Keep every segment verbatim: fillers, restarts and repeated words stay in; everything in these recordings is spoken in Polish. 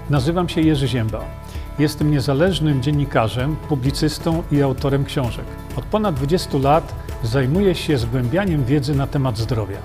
Nazywam się Jerzy Ziemba. Jestem niezależnym dziennikarzem, publicystą i autorem książek. Od ponad dwudziestu lat zajmuję się zgłębianiem wiedzy na temat zdrowia.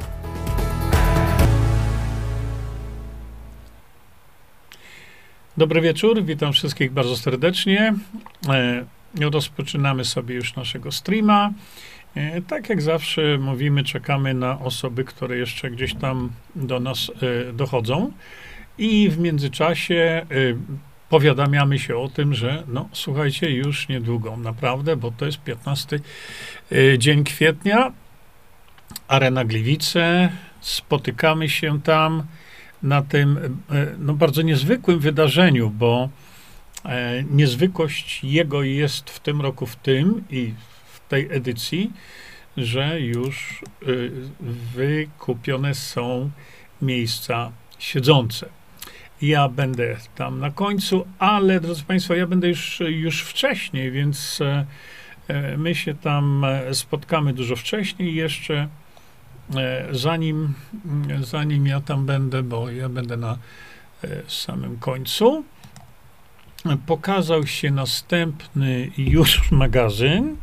Dobry wieczór, witam wszystkich bardzo serdecznie. Rozpoczynamy sobie już naszego streama. Tak jak zawsze mówimy, czekamy na osoby, które jeszcze gdzieś tam do nas dochodzą. I w międzyczasie powiadamiamy się o tym, że no słuchajcie, już niedługo, naprawdę, bo to jest piętnasty dzień kwietnia, Arena Gliwice, spotykamy się tam na tym no, bardzo niezwykłym wydarzeniu, bo e, niezwykłość jego jest w tym roku w tym i w tej edycji, że już y, wykupione są miejsca siedzące. Ja będę tam na końcu, ale drodzy Państwo, ja będę już, już wcześniej, więc e, my się tam spotkamy dużo wcześniej jeszcze, e, zanim, zanim ja tam będę, bo ja będę na e, samym końcu. Pokazał się następny już magazyn.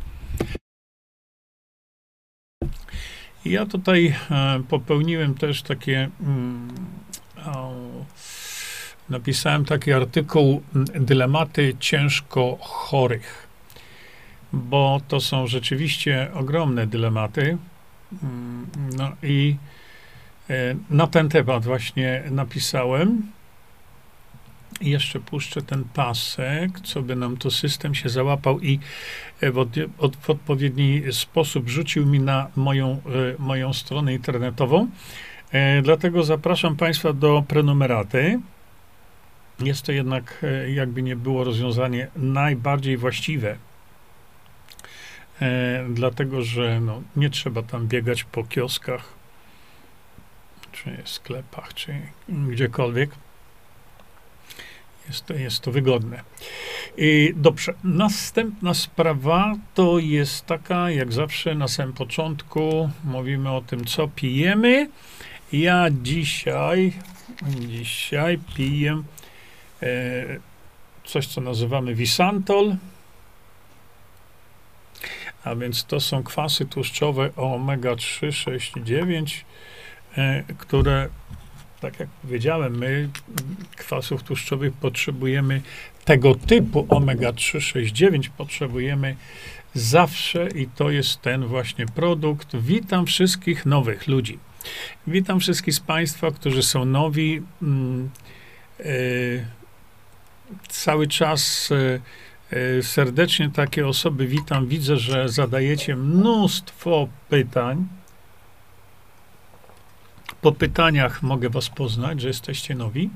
Ja tutaj e, popełniłem też takie mm, o, napisałem taki artykuł Dylematy ciężko chorych, bo to są rzeczywiście ogromne dylematy. No i na ten temat właśnie napisałem. I jeszcze puszczę ten pasek, co by nam to system się załapał i w, od, od, w odpowiedni sposób rzucił mi na moją, moją stronę internetową. Dlatego zapraszam Państwa do prenumeraty. Jest to jednak, jakby nie było, rozwiązanie najbardziej właściwe, e, dlatego że no, nie trzeba tam biegać po kioskach, czy sklepach, czy gdziekolwiek. Jest to, jest to wygodne. I dobrze, następna sprawa to jest taka, jak zawsze na samym początku mówimy o tym, co pijemy. Ja dzisiaj, dzisiaj piję coś, co nazywamy Visantol, a więc to są kwasy tłuszczowe omega trzy, sześć, dziewięć, które, tak jak powiedziałem, my kwasów tłuszczowych potrzebujemy, tego typu omega trzy, sześć, dziewięć potrzebujemy zawsze i to jest ten właśnie produkt. Witam wszystkich nowych ludzi. Witam wszystkich z Państwa, którzy są nowi. Yy, Cały czas y, serdecznie takie osoby witam. Widzę, że zadajecie mnóstwo pytań. Po pytaniach mogę was poznać, że jesteście nowi.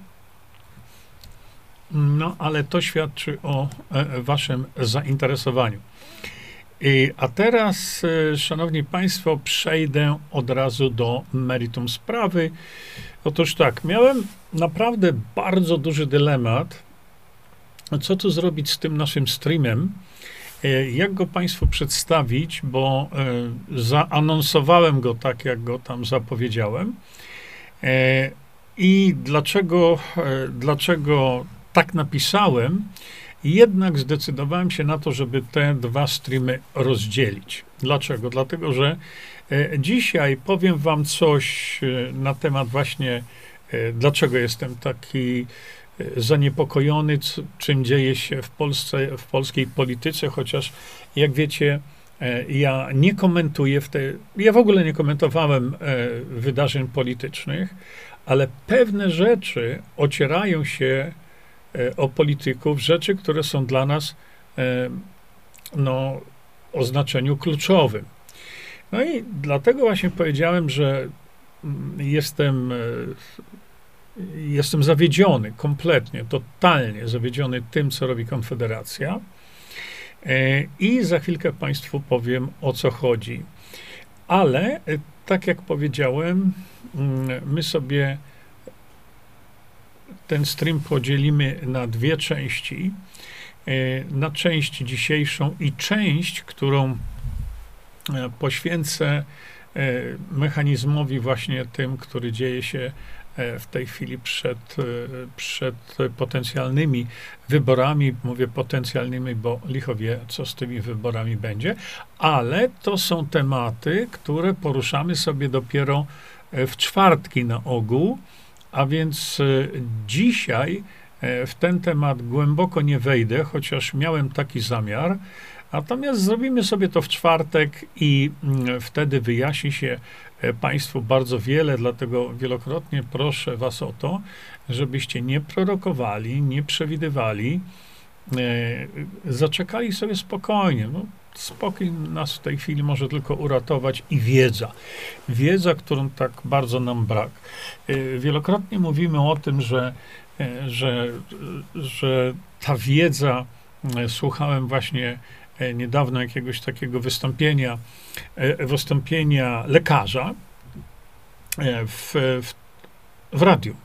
No, ale to świadczy o e, waszym zainteresowaniu. I, a teraz, y, szanowni państwo, przejdę od razu do meritum sprawy. Otóż tak, miałem naprawdę bardzo duży dylemat, co tu zrobić z tym naszym streamem, jak go Państwu przedstawić, bo zaanonsowałem go tak, jak go tam zapowiedziałem. I dlaczego, dlaczego tak napisałem? Jednak zdecydowałem się na to, żeby te dwa streamy rozdzielić. Dlaczego? Dlatego, że dzisiaj powiem Wam coś na temat właśnie, dlaczego jestem taki zaniepokojony, czym dzieje się w Polsce, w polskiej polityce, chociaż jak wiecie, ja nie komentuję w te, ja w ogóle nie komentowałem wydarzeń politycznych, ale pewne rzeczy ocierają się o polityków, rzeczy, które są dla nas no, o znaczeniu kluczowym. No i dlatego właśnie powiedziałem, że jestem Jestem zawiedziony, kompletnie, totalnie zawiedziony tym, co robi Konfederacja. I za chwilkę Państwu powiem, o co chodzi. Ale, tak jak powiedziałem, my sobie ten stream podzielimy na dwie części. Na część dzisiejszą i część, którą poświęcę mechanizmowi właśnie tym, który dzieje się w tej chwili przed, przed potencjalnymi wyborami. Mówię potencjalnymi, bo licho wie, co z tymi wyborami będzie, ale to są tematy, które poruszamy sobie dopiero w czwartki na ogół, a więc dzisiaj w ten temat głęboko nie wejdę, chociaż miałem taki zamiar. Natomiast zrobimy sobie to w czwartek i wtedy wyjaśni się Państwu bardzo wiele, dlatego wielokrotnie proszę Was o to, żebyście nie prorokowali, nie przewidywali, zaczekali sobie spokojnie. No, spokój nas w tej chwili może tylko uratować i wiedza. Wiedza, którą tak bardzo nam brak. Wielokrotnie mówimy o tym, że, że, że ta wiedza, słuchałem właśnie niedawno jakiegoś takiego wystąpienia, wystąpienia lekarza w, w, w radiu.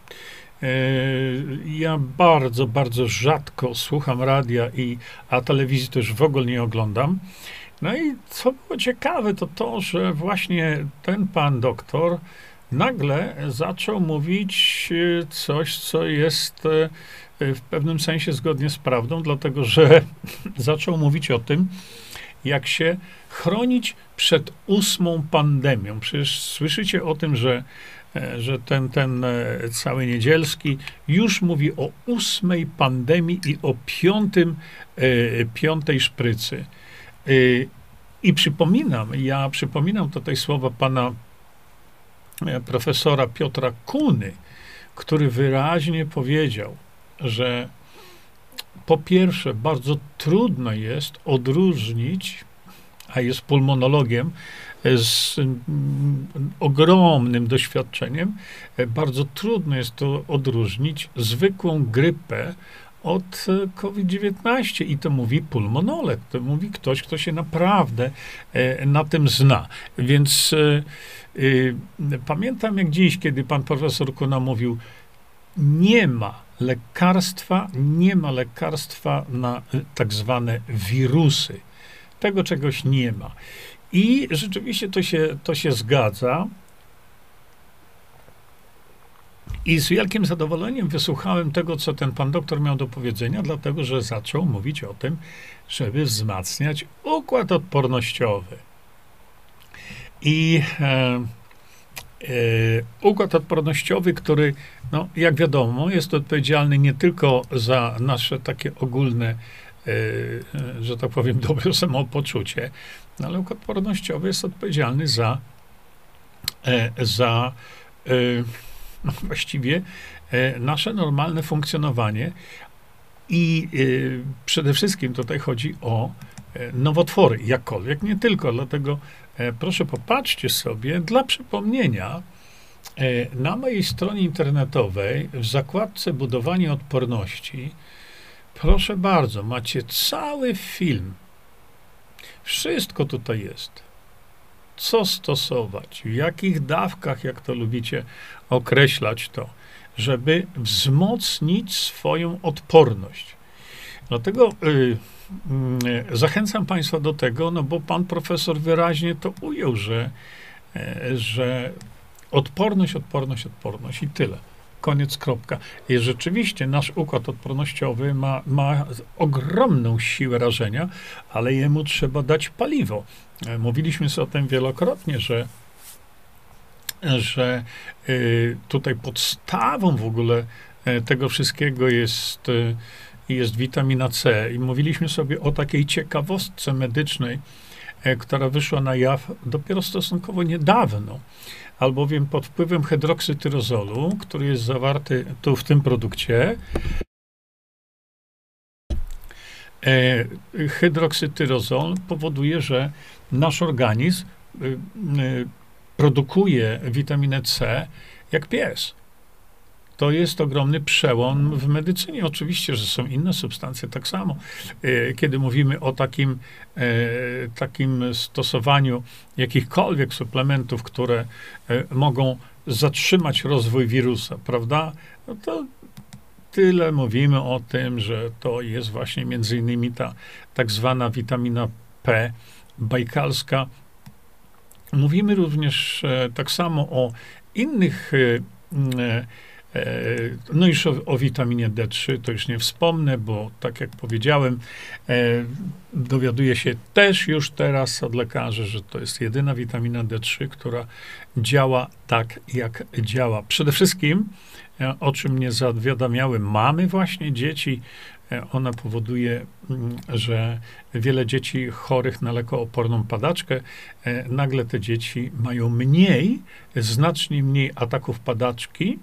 Ja bardzo, bardzo rzadko słucham radia, i, a telewizji to już w ogóle nie oglądam. No i co było ciekawe, to to, że właśnie ten pan doktor nagle zaczął mówić coś, co jest w pewnym sensie zgodnie z prawdą, dlatego że zaczął mówić o tym, jak się chronić przed ósmą pandemią. Przecież słyszycie o tym, że, że ten, ten cały Niedzielski już mówi o ósmej pandemii i o piątym, piątej szprycy. I przypominam, ja przypominam tutaj słowa pana profesora Piotra Kuny, który wyraźnie powiedział, że po pierwsze bardzo trudno jest odróżnić, a jest pulmonologiem z ogromnym doświadczeniem, bardzo trudno jest to odróżnić zwykłą grypę od COVID dziewiętnaście, i to mówi pulmonolog, to mówi ktoś, kto się naprawdę na tym zna. Więc y, pamiętam jak dziś, kiedy pan profesor Kuna mówił, nie ma lekarstwa, nie ma lekarstwa na tak zwane wirusy. Tego czegoś nie ma. I rzeczywiście to się, to się zgadza. I z wielkim zadowoleniem wysłuchałem tego, co ten pan doktor miał do powiedzenia, dlatego że zaczął mówić o tym, żeby wzmacniać układ odpornościowy. I e, e, układ odpornościowy, który, no, jak wiadomo, jest odpowiedzialny nie tylko za nasze takie ogólne, e, że tak powiem, dobre samopoczucie, no, ale układ odpornościowy jest odpowiedzialny za, e, za e, no, właściwie e, nasze normalne funkcjonowanie. I e, przede wszystkim tutaj chodzi o e, nowotwory, jakkolwiek nie tylko, dlatego e, proszę popatrzcie sobie, dla przypomnienia, e, na mojej stronie internetowej w zakładce budowanie odporności, proszę bardzo, macie cały film. Wszystko tutaj jest. Co stosować, w jakich dawkach, jak to lubicie określać to, żeby wzmocnić swoją odporność. Dlatego y, y, zachęcam Państwa do tego, no bo pan profesor wyraźnie to ujął, że, y, że odporność, odporność, odporność i tyle. Koniec, kropka. I rzeczywiście nasz układ odpornościowy ma, ma ogromną siłę rażenia, ale jemu trzeba dać paliwo. Mówiliśmy sobie o tym wielokrotnie, że, że y, tutaj podstawą w ogóle tego wszystkiego jest, y, jest witamina C. I mówiliśmy sobie o takiej ciekawostce medycznej, y, która wyszła na jaw dopiero stosunkowo niedawno, albowiem pod wpływem hydroksytyrozolu, który jest zawarty tu w tym produkcie, e, hydroksytyrozol powoduje, że nasz organizm y, y, produkuje witaminę C jak pies. To jest ogromny przełom w medycynie. Oczywiście, że są inne substancje tak samo. Kiedy mówimy o takim, takim stosowaniu jakichkolwiek suplementów, które mogą zatrzymać rozwój wirusa, prawda? No to tyle mówimy o tym, że to jest właśnie między innymi ta tak zwana witamina P bajkalska. Mówimy również tak samo o innych No i o, o witaminie D trzy to już nie wspomnę, bo tak jak powiedziałem, dowiaduję się też już teraz od lekarzy, że to jest jedyna witamina D trzy, która działa tak, jak działa. Przede wszystkim, o czym mnie zawiadamiały mamy właśnie dzieci, ona powoduje, że wiele dzieci chorych na lekooporną padaczkę, nagle te dzieci mają mniej, znacznie mniej ataków padaczki.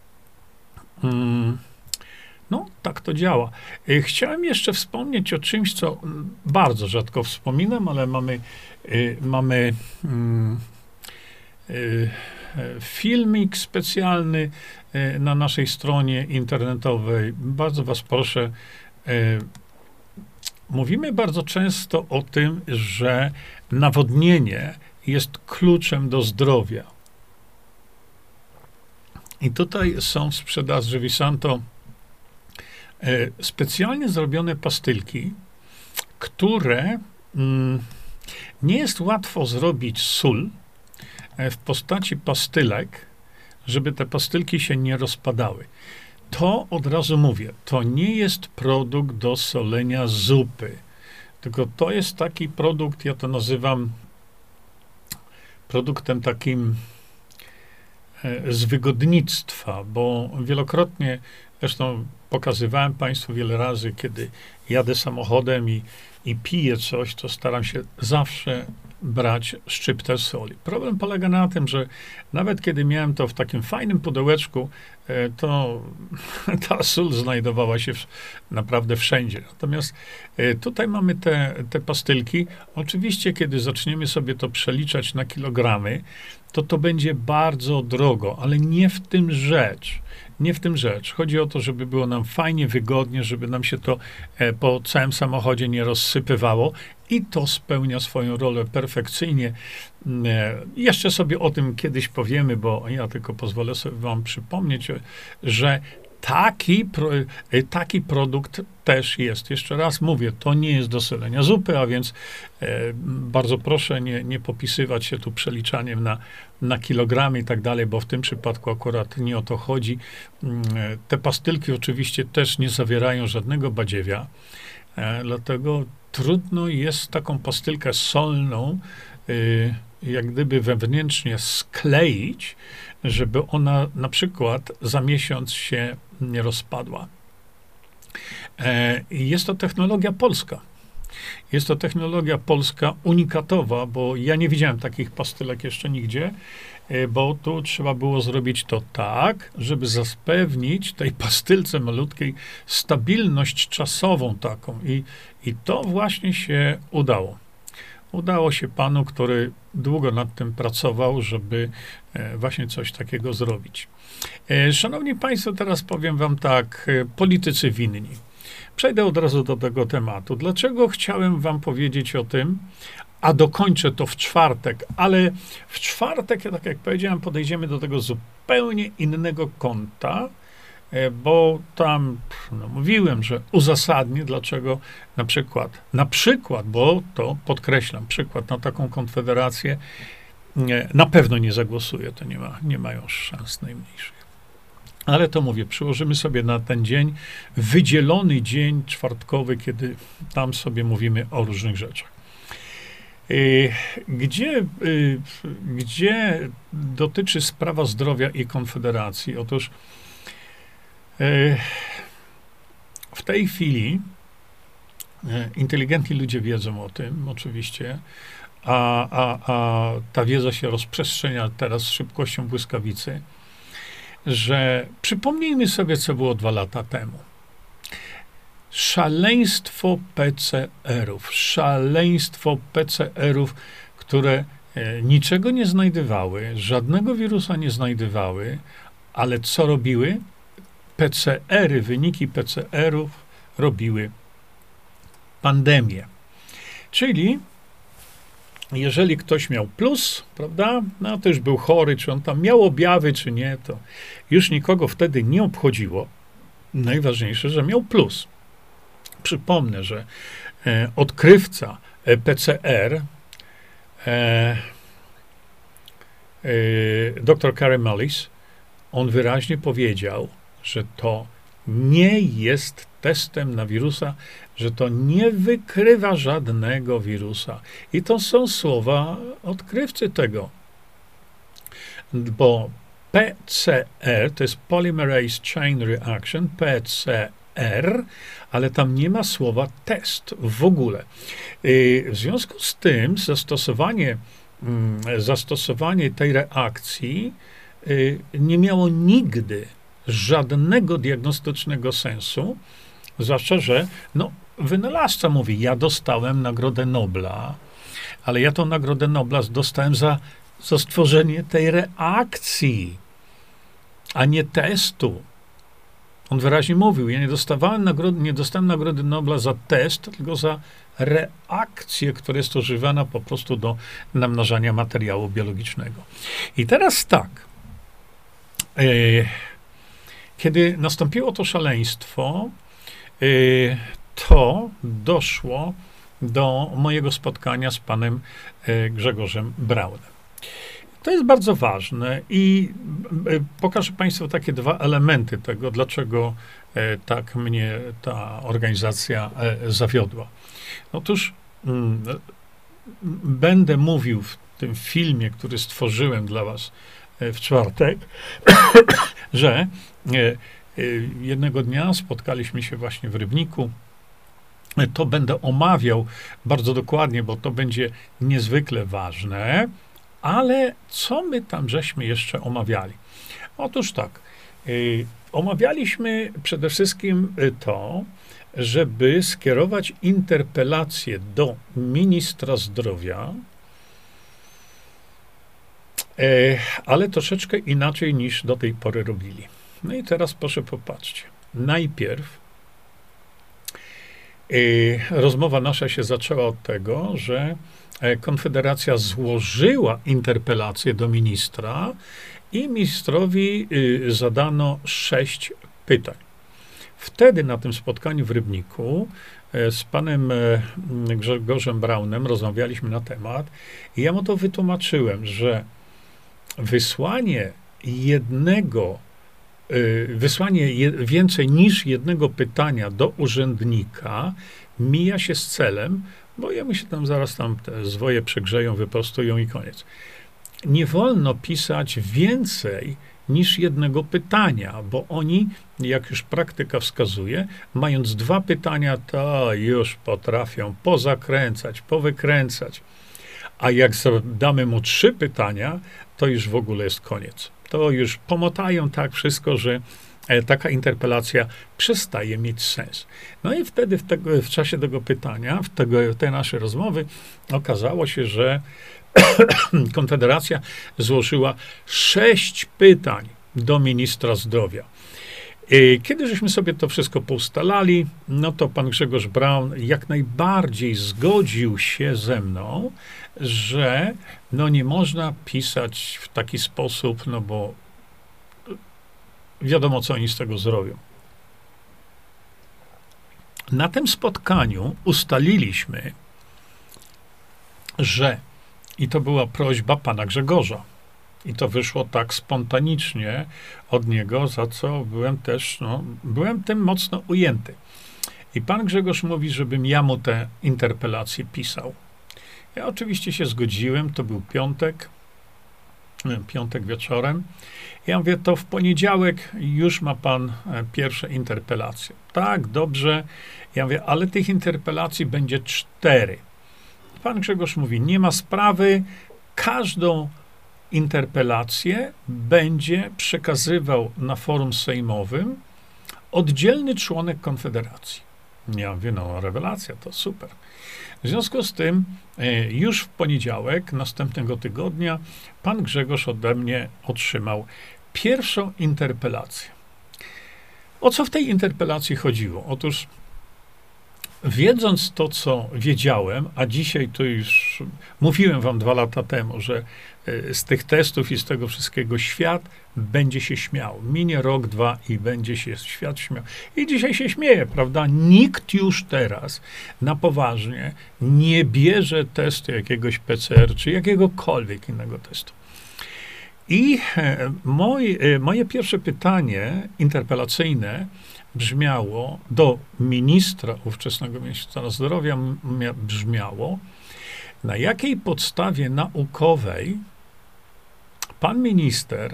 No, tak to działa. Chciałem jeszcze wspomnieć o czymś, co bardzo rzadko wspominam, ale mamy, mamy filmik specjalny na naszej stronie internetowej. Bardzo was proszę. Mówimy bardzo często o tym, że nawodnienie jest kluczem do zdrowia. I tutaj są w sprzedaży Visanto specjalnie zrobione pastylki, które mm, nie jest łatwo zrobić sól w postaci pastylek, żeby te pastylki się nie rozpadały. To od razu mówię, to nie jest produkt do solenia zupy, tylko to jest taki produkt, ja to nazywam produktem takim z wygodnictwa, bo wielokrotnie, zresztą pokazywałem Państwu wiele razy, kiedy jadę samochodem i, i piję coś, to staram się zawsze brać szczyptę soli. Problem polega na tym, że nawet kiedy miałem to w takim fajnym pudełeczku, to ta sól znajdowała się w, naprawdę wszędzie. Natomiast tutaj mamy te, te pastylki. Oczywiście, kiedy zaczniemy sobie to przeliczać na kilogramy, to to będzie bardzo drogo, ale nie w tym rzecz. Nie w tym rzecz. Chodzi o to, żeby było nam fajnie, wygodnie, żeby nam się to po całym samochodzie nie rozsypywało i to spełnia swoją rolę perfekcyjnie. Jeszcze sobie o tym kiedyś powiemy, bo ja tylko pozwolę sobie wam przypomnieć, że taki, pro, taki produkt też jest. Jeszcze raz mówię, to nie jest do solenia zupy, a więc e, bardzo proszę nie, nie popisywać się tu przeliczaniem na, na kilogramy i tak dalej, bo w tym przypadku akurat nie o to chodzi. Te pastylki oczywiście też nie zawierają żadnego badziewia, e, dlatego trudno jest taką pastylkę solną y, jak gdyby wewnętrznie skleić, żeby ona na przykład za miesiąc się nie rozpadła. E, jest to technologia polska. Jest to technologia polska unikatowa, bo ja nie widziałem takich pastylek jeszcze nigdzie, e, bo tu trzeba było zrobić to tak, żeby zapewnić tej pastylce malutkiej stabilność czasową taką. I, i to właśnie się udało. Udało się panu, który długo nad tym pracował, żeby właśnie coś takiego zrobić. Szanowni Państwo, teraz powiem wam tak, politycy winni. Przejdę od razu do tego tematu. Dlaczego chciałem wam powiedzieć o tym, a dokończę to w czwartek, ale w czwartek, tak jak powiedziałem, podejdziemy do tego zupełnie innego kąta, bo tam no, mówiłem, że uzasadnię, dlaczego na przykład, na przykład, bo to podkreślam, przykład na taką konfederację nie, na pewno nie zagłosuję, to nie ma, nie mają szans najmniejszych. Ale to mówię, przyłożymy sobie na ten dzień, wydzielony dzień czwartkowy, kiedy tam sobie mówimy o różnych rzeczach. Gdzie, gdzie dotyczy sprawa zdrowia i konfederacji? Otóż w tej chwili inteligentni ludzie wiedzą o tym, oczywiście, a, a, a ta wiedza się rozprzestrzenia teraz z szybkością błyskawicy, że przypomnijmy sobie, co było dwa lata temu. Szaleństwo P C R-ów, szaleństwo P C R-ów, które niczego nie znajdowały, żadnego wirusa nie znajdowały, ale co robiły? P C R-y, wyniki P C R-ów robiły pandemię. Czyli jeżeli ktoś miał plus, prawda, no to już był chory, czy on tam miał objawy, czy nie, to już nikogo wtedy nie obchodziło. Najważniejsze, że miał plus. Przypomnę, że e, odkrywca e, P C R, e, e, dr Kary Mullis, on wyraźnie powiedział, że to nie jest testem na wirusa, że to nie wykrywa żadnego wirusa. I to są słowa odkrywcy tego. Bo P C R to jest Polymerase Chain Reaction, P C R, ale tam nie ma słowa test w ogóle. W związku z tym zastosowanie, zastosowanie tej reakcji nie miało nigdy żadnego diagnostycznego sensu, zwłaszcza, że no, wynalazca mówi, ja dostałem Nagrodę Nobla, ale ja tą Nagrodę Nobla dostałem za, za stworzenie tej reakcji, a nie testu. On wyraźnie mówił, ja nie dostawałem nagrody, nie dostałem Nagrody Nobla za test, tylko za reakcję, która jest używana po prostu do namnażania materiału biologicznego. I teraz tak, yy, kiedy nastąpiło to szaleństwo, yy, to doszło do mojego spotkania z panem yy, Grzegorzem Braunem. To jest bardzo ważne i pokażę Państwu takie dwa elementy tego, dlaczego tak mnie ta organizacja zawiodła. Otóż mm, będę mówił w tym filmie, który stworzyłem dla Was w czwartek, że jednego dnia spotkaliśmy się właśnie w Rybniku. To będę omawiał bardzo dokładnie, bo to będzie niezwykle ważne. Ale co my tam żeśmy jeszcze omawiali? Otóż tak, y, omawialiśmy przede wszystkim to, żeby skierować interpelację do ministra zdrowia, y, ale troszeczkę inaczej niż do tej pory robili. No i teraz proszę popatrzcie. Najpierw y, rozmowa nasza się zaczęła od tego, że Konfederacja złożyła interpelację do ministra i ministrowi zadano sześć pytań. Wtedy na tym spotkaniu w Rybniku z panem Grzegorzem Braunem rozmawialiśmy na temat i ja mu to wytłumaczyłem, że wysłanie jednego, wysłanie więcej niż jednego pytania do urzędnika mija się z celem, bo jemu się tam zaraz tam te zwoje przegrzeją, wyprostują i koniec. Nie wolno pisać więcej niż jednego pytania, bo oni, jak już praktyka wskazuje, mając dwa pytania, to już potrafią pozakręcać, powykręcać. A jak damy mu trzy pytania, to już w ogóle jest koniec. To już pomotają tak wszystko, że taka interpelacja przestaje mieć sens. No i wtedy w, tego, w czasie tego pytania, w tego, tej naszej rozmowy okazało się, że Konfederacja złożyła sześć pytań do ministra zdrowia. Kiedy żeśmy sobie to wszystko poustalali, no to pan Grzegorz Braun jak najbardziej zgodził się ze mną, że no nie można pisać w taki sposób, no bo wiadomo, co oni z tego zrobią. Na tym spotkaniu ustaliliśmy, że, i to była prośba pana Grzegorza, i to wyszło tak spontanicznie od niego, za co byłem też, no, byłem tym mocno ujęty. I pan Grzegorz mówi, żebym ja mu te interpelacje pisał. Ja oczywiście się zgodziłem, to był piątek, piątek wieczorem. Ja mówię, to w poniedziałek już ma pan pierwsze interpelacje. Tak, dobrze. Ja mówię, ale tych interpelacji będzie cztery. Pan Grzegorz mówi, nie ma sprawy, każdą interpelację będzie przekazywał na forum sejmowym oddzielny członek Konfederacji. Ja mówię, no rewelacja, to super. W związku z tym już w poniedziałek następnego tygodnia pan Grzegorz ode mnie otrzymał pierwszą interpelację. O co w tej interpelacji chodziło? Otóż wiedząc to, co wiedziałem, a dzisiaj to już mówiłem wam dwa lata temu, że z tych testów i z tego wszystkiego świat będzie się śmiał. Minie rok, dwa i będzie się świat śmiał. I dzisiaj się śmieje, prawda? Nikt już teraz na poważnie nie bierze testu jakiegoś P C R czy jakiegokolwiek innego testu. I e, moj, e, moje pierwsze pytanie interpelacyjne brzmiało do ministra, ówczesnego ministra zdrowia, mia- brzmiało, na jakiej podstawie naukowej pan minister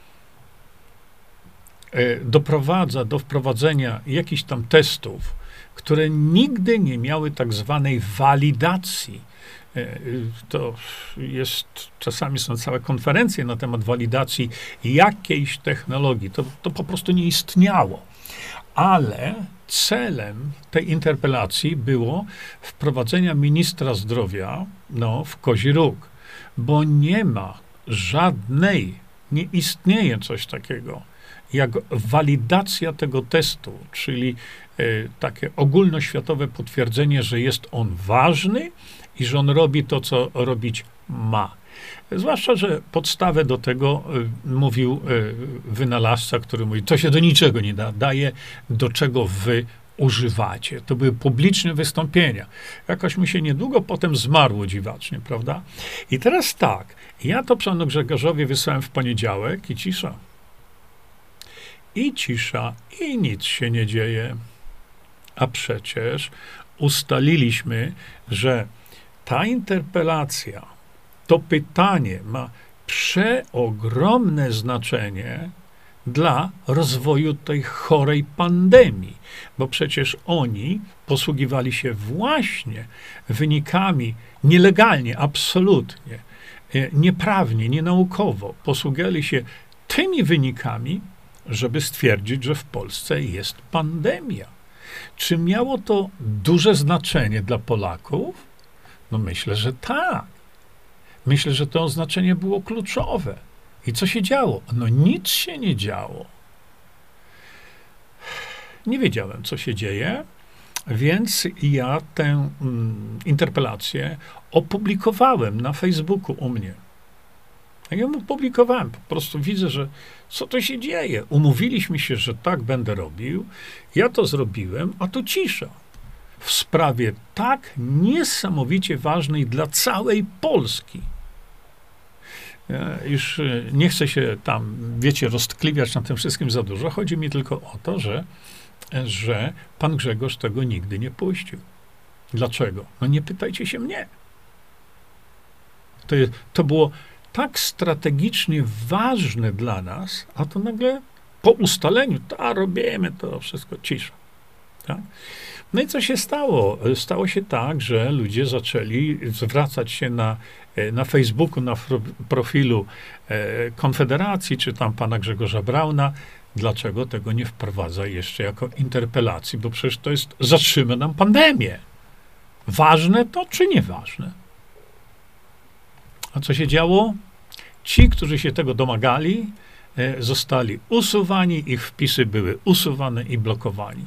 e, doprowadza do wprowadzenia jakichś tam testów, które nigdy nie miały tak zwanej walidacji. E, To jest, czasami są całe konferencje na temat walidacji jakiejś technologii. To, to po prostu nie istniało. Ale celem tej interpelacji było wprowadzenia ministra zdrowia no, w kozi róg, bo nie ma żadnej, nie istnieje coś takiego jak walidacja tego testu, czyli e, takie ogólnoświatowe potwierdzenie, że jest on ważny i że on robi to, co robić ma. Zwłaszcza, że podstawę do tego y, mówił y, wynalazca, który mówi, to się do niczego nie nadaje, do czego wy używacie. To były publiczne wystąpienia. Jakoś mu się niedługo potem zmarło dziwacznie, prawda? I teraz tak, ja to panu Grzegorzowi wysłałem w poniedziałek i cisza. I cisza, i nic się nie dzieje. A przecież ustaliliśmy, że ta interpelacja, to pytanie ma przeogromne znaczenie dla rozwoju tej chorej pandemii, bo przecież oni posługiwali się właśnie wynikami nielegalnie, absolutnie, nieprawnie, nienaukowo, posługiwali się tymi wynikami, żeby stwierdzić, że w Polsce jest pandemia. Czy miało to duże znaczenie dla Polaków? No myślę, że tak. Myślę, że to znaczenie było kluczowe. I co się działo? No nic się nie działo. Nie wiedziałem, co się dzieje, więc ja tę mm, interpelację opublikowałem na Facebooku u mnie. Ja ją opublikowałem. Po prostu widzę, że co to się dzieje? Umówiliśmy się, że tak będę robił. Ja to zrobiłem, a tu cisza. W sprawie tak niesamowicie ważnej dla całej Polski. Ja już nie chcę się tam, wiecie, roztkliwiać na tym wszystkim za dużo. Chodzi mi tylko o to, że, że pan Grzegorz tego nigdy nie puścił. Dlaczego? No nie pytajcie się mnie. To, jest, to było tak strategicznie ważne dla nas, a to nagle po ustaleniu, ta robimy to wszystko, cisza. Tak? No i co się stało? Stało się tak, że ludzie zaczęli zwracać się na, na Facebooku, na profilu Konfederacji, czy tam pana Grzegorza Brauna, dlaczego tego nie wprowadza jeszcze jako interpelacji, bo przecież to jest, zatrzyma nam pandemię. Ważne to, czy nieważne? A co się działo? Ci, którzy się tego domagali, zostali usuwani, ich wpisy były usuwane i blokowani.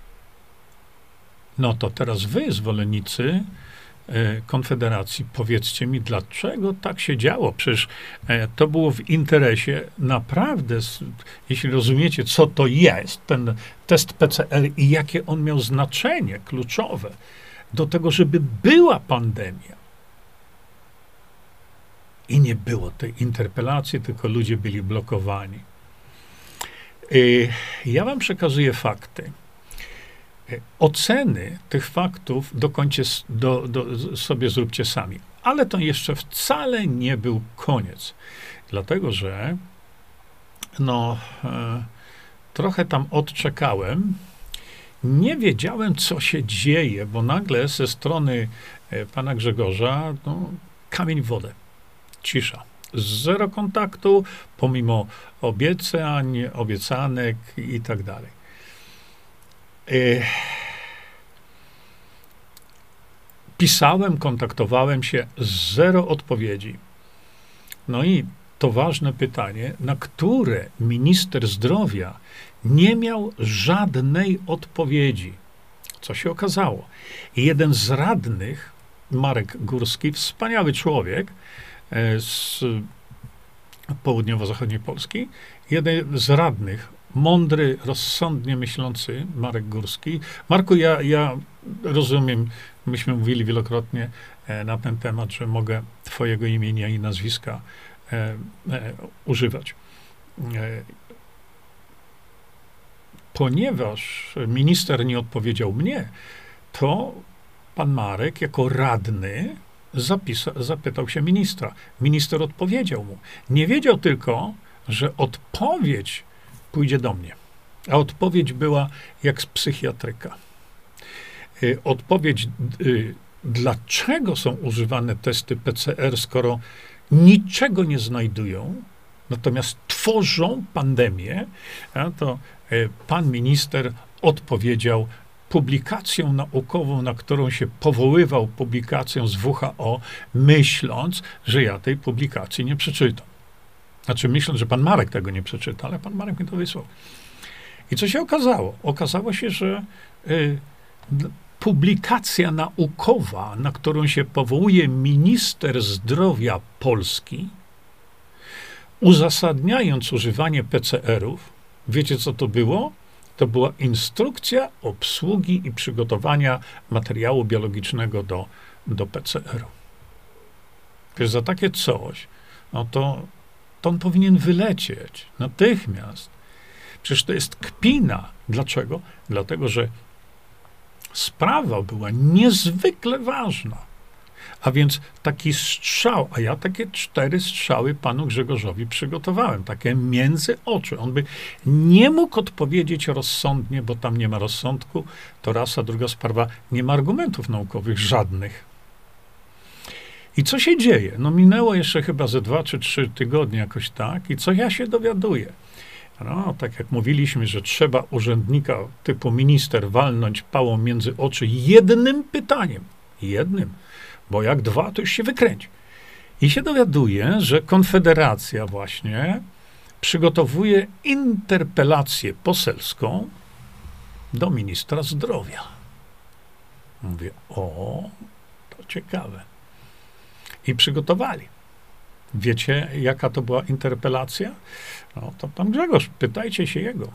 No to teraz wy, zwolennicy e, Konfederacji, powiedzcie mi, dlaczego tak się działo? Przecież e, to było w interesie naprawdę, s- jeśli rozumiecie, co to jest, ten test P C R i jakie on miał znaczenie kluczowe do tego, żeby była pandemia. I nie było tej interpelacji, tylko ludzie byli blokowani. E, ja wam przekazuję fakty. Oceny tych faktów dokończcie s- do, do, sobie zróbcie sami. Ale to jeszcze wcale nie był koniec. Dlatego, że no, e, trochę tam odczekałem. Nie wiedziałem, co się dzieje, bo nagle ze strony e, pana Grzegorza no, kamień w wodę. Cisza. Zero kontaktu, pomimo obiecań, obiecanek i tak dalej. E, Pisałem, kontaktowałem się, zero odpowiedzi. No i to ważne pytanie, na które minister zdrowia nie miał żadnej odpowiedzi. Co się okazało? Jeden z radnych, Marek Górski, wspaniały człowiek e, z południowo-zachodniej Polski, jeden z radnych, mądry, rozsądnie myślący Marek Górski. Marku, ja, ja rozumiem, myśmy mówili wielokrotnie e, na ten temat, że mogę twojego imienia i nazwiska e, e, używać. E, ponieważ minister nie odpowiedział mnie, to pan Marek jako radny zapisa- zapytał się ministra. Minister odpowiedział mu. Nie wiedział tylko, że odpowiedź pójdzie do mnie. A odpowiedź była jak z psychiatryka. Y, odpowiedź, y, dlaczego są używane testy P C R, skoro niczego nie znajdują, natomiast tworzą pandemię, a to y, pan minister odpowiedział publikacją naukową, na którą się powoływał, publikacją z W H O, myśląc, że ja tej publikacji nie przeczytam. Znaczy, myśląc, że pan Marek tego nie przeczyta, ale pan Marek mi to wysłał. I co się okazało? Okazało się, że y, publikacja naukowa, na którą się powołuje minister zdrowia Polski, uzasadniając używanie P C R-ów, wiecie co to było? To była instrukcja obsługi i przygotowania materiału biologicznego do, do P C R-u. Wiesz, za takie coś, no to, to on powinien wylecieć natychmiast. Przecież to jest kpina. Dlaczego? Dlatego, że sprawa była niezwykle ważna. A więc taki strzał, a ja takie cztery strzały panu Grzegorzowi przygotowałem, takie między oczy. On by nie mógł odpowiedzieć rozsądnie, bo tam nie ma rozsądku, to raz, a druga sprawa, nie ma argumentów naukowych żadnych. I co się dzieje? No minęło jeszcze chyba ze dwa czy trzy tygodnie jakoś tak i co ja się dowiaduję? No, tak jak mówiliśmy, że trzeba urzędnika typu minister walnąć pałą między oczy jednym pytaniem. Jednym. Bo jak dwa, to już się wykręci. I się dowiaduje, że Konfederacja właśnie przygotowuje interpelację poselską do ministra zdrowia. Mówię, o, to ciekawe. I przygotowali. Wiecie, jaka to była interpelacja? No, to pan Grzegorz, pytajcie się jego.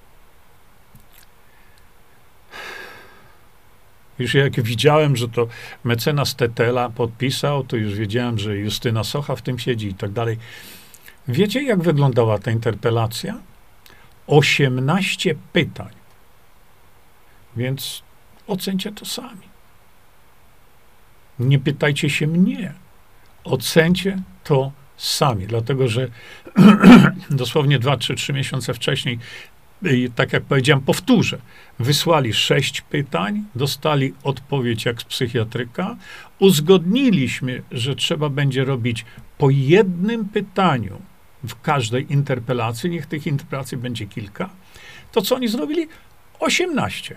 Już jak widziałem, że to mecenas Tetela podpisał, to już wiedziałem, że Justyna Socha w tym siedzi i tak dalej. Wiecie, jak wyglądała ta interpelacja? osiemnaście pytań. Więc ocencie to sami. Nie pytajcie się mnie. Ocencie to sami, dlatego że dosłownie dwa, trzy, trzy miesiące wcześniej, tak jak powiedziałem, powtórzę, wysłali sześć pytań, dostali odpowiedź jak z psychiatryka, uzgodniliśmy, że trzeba będzie robić po jednym pytaniu w każdej interpelacji, niech tych interpelacji będzie kilka, to co oni zrobili? osiemnaście.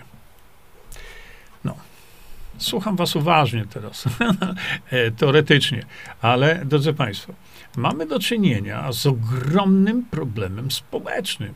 No. Słucham was uważnie teraz, teoretycznie, ale drodzy państwo, mamy do czynienia z ogromnym problemem społecznym,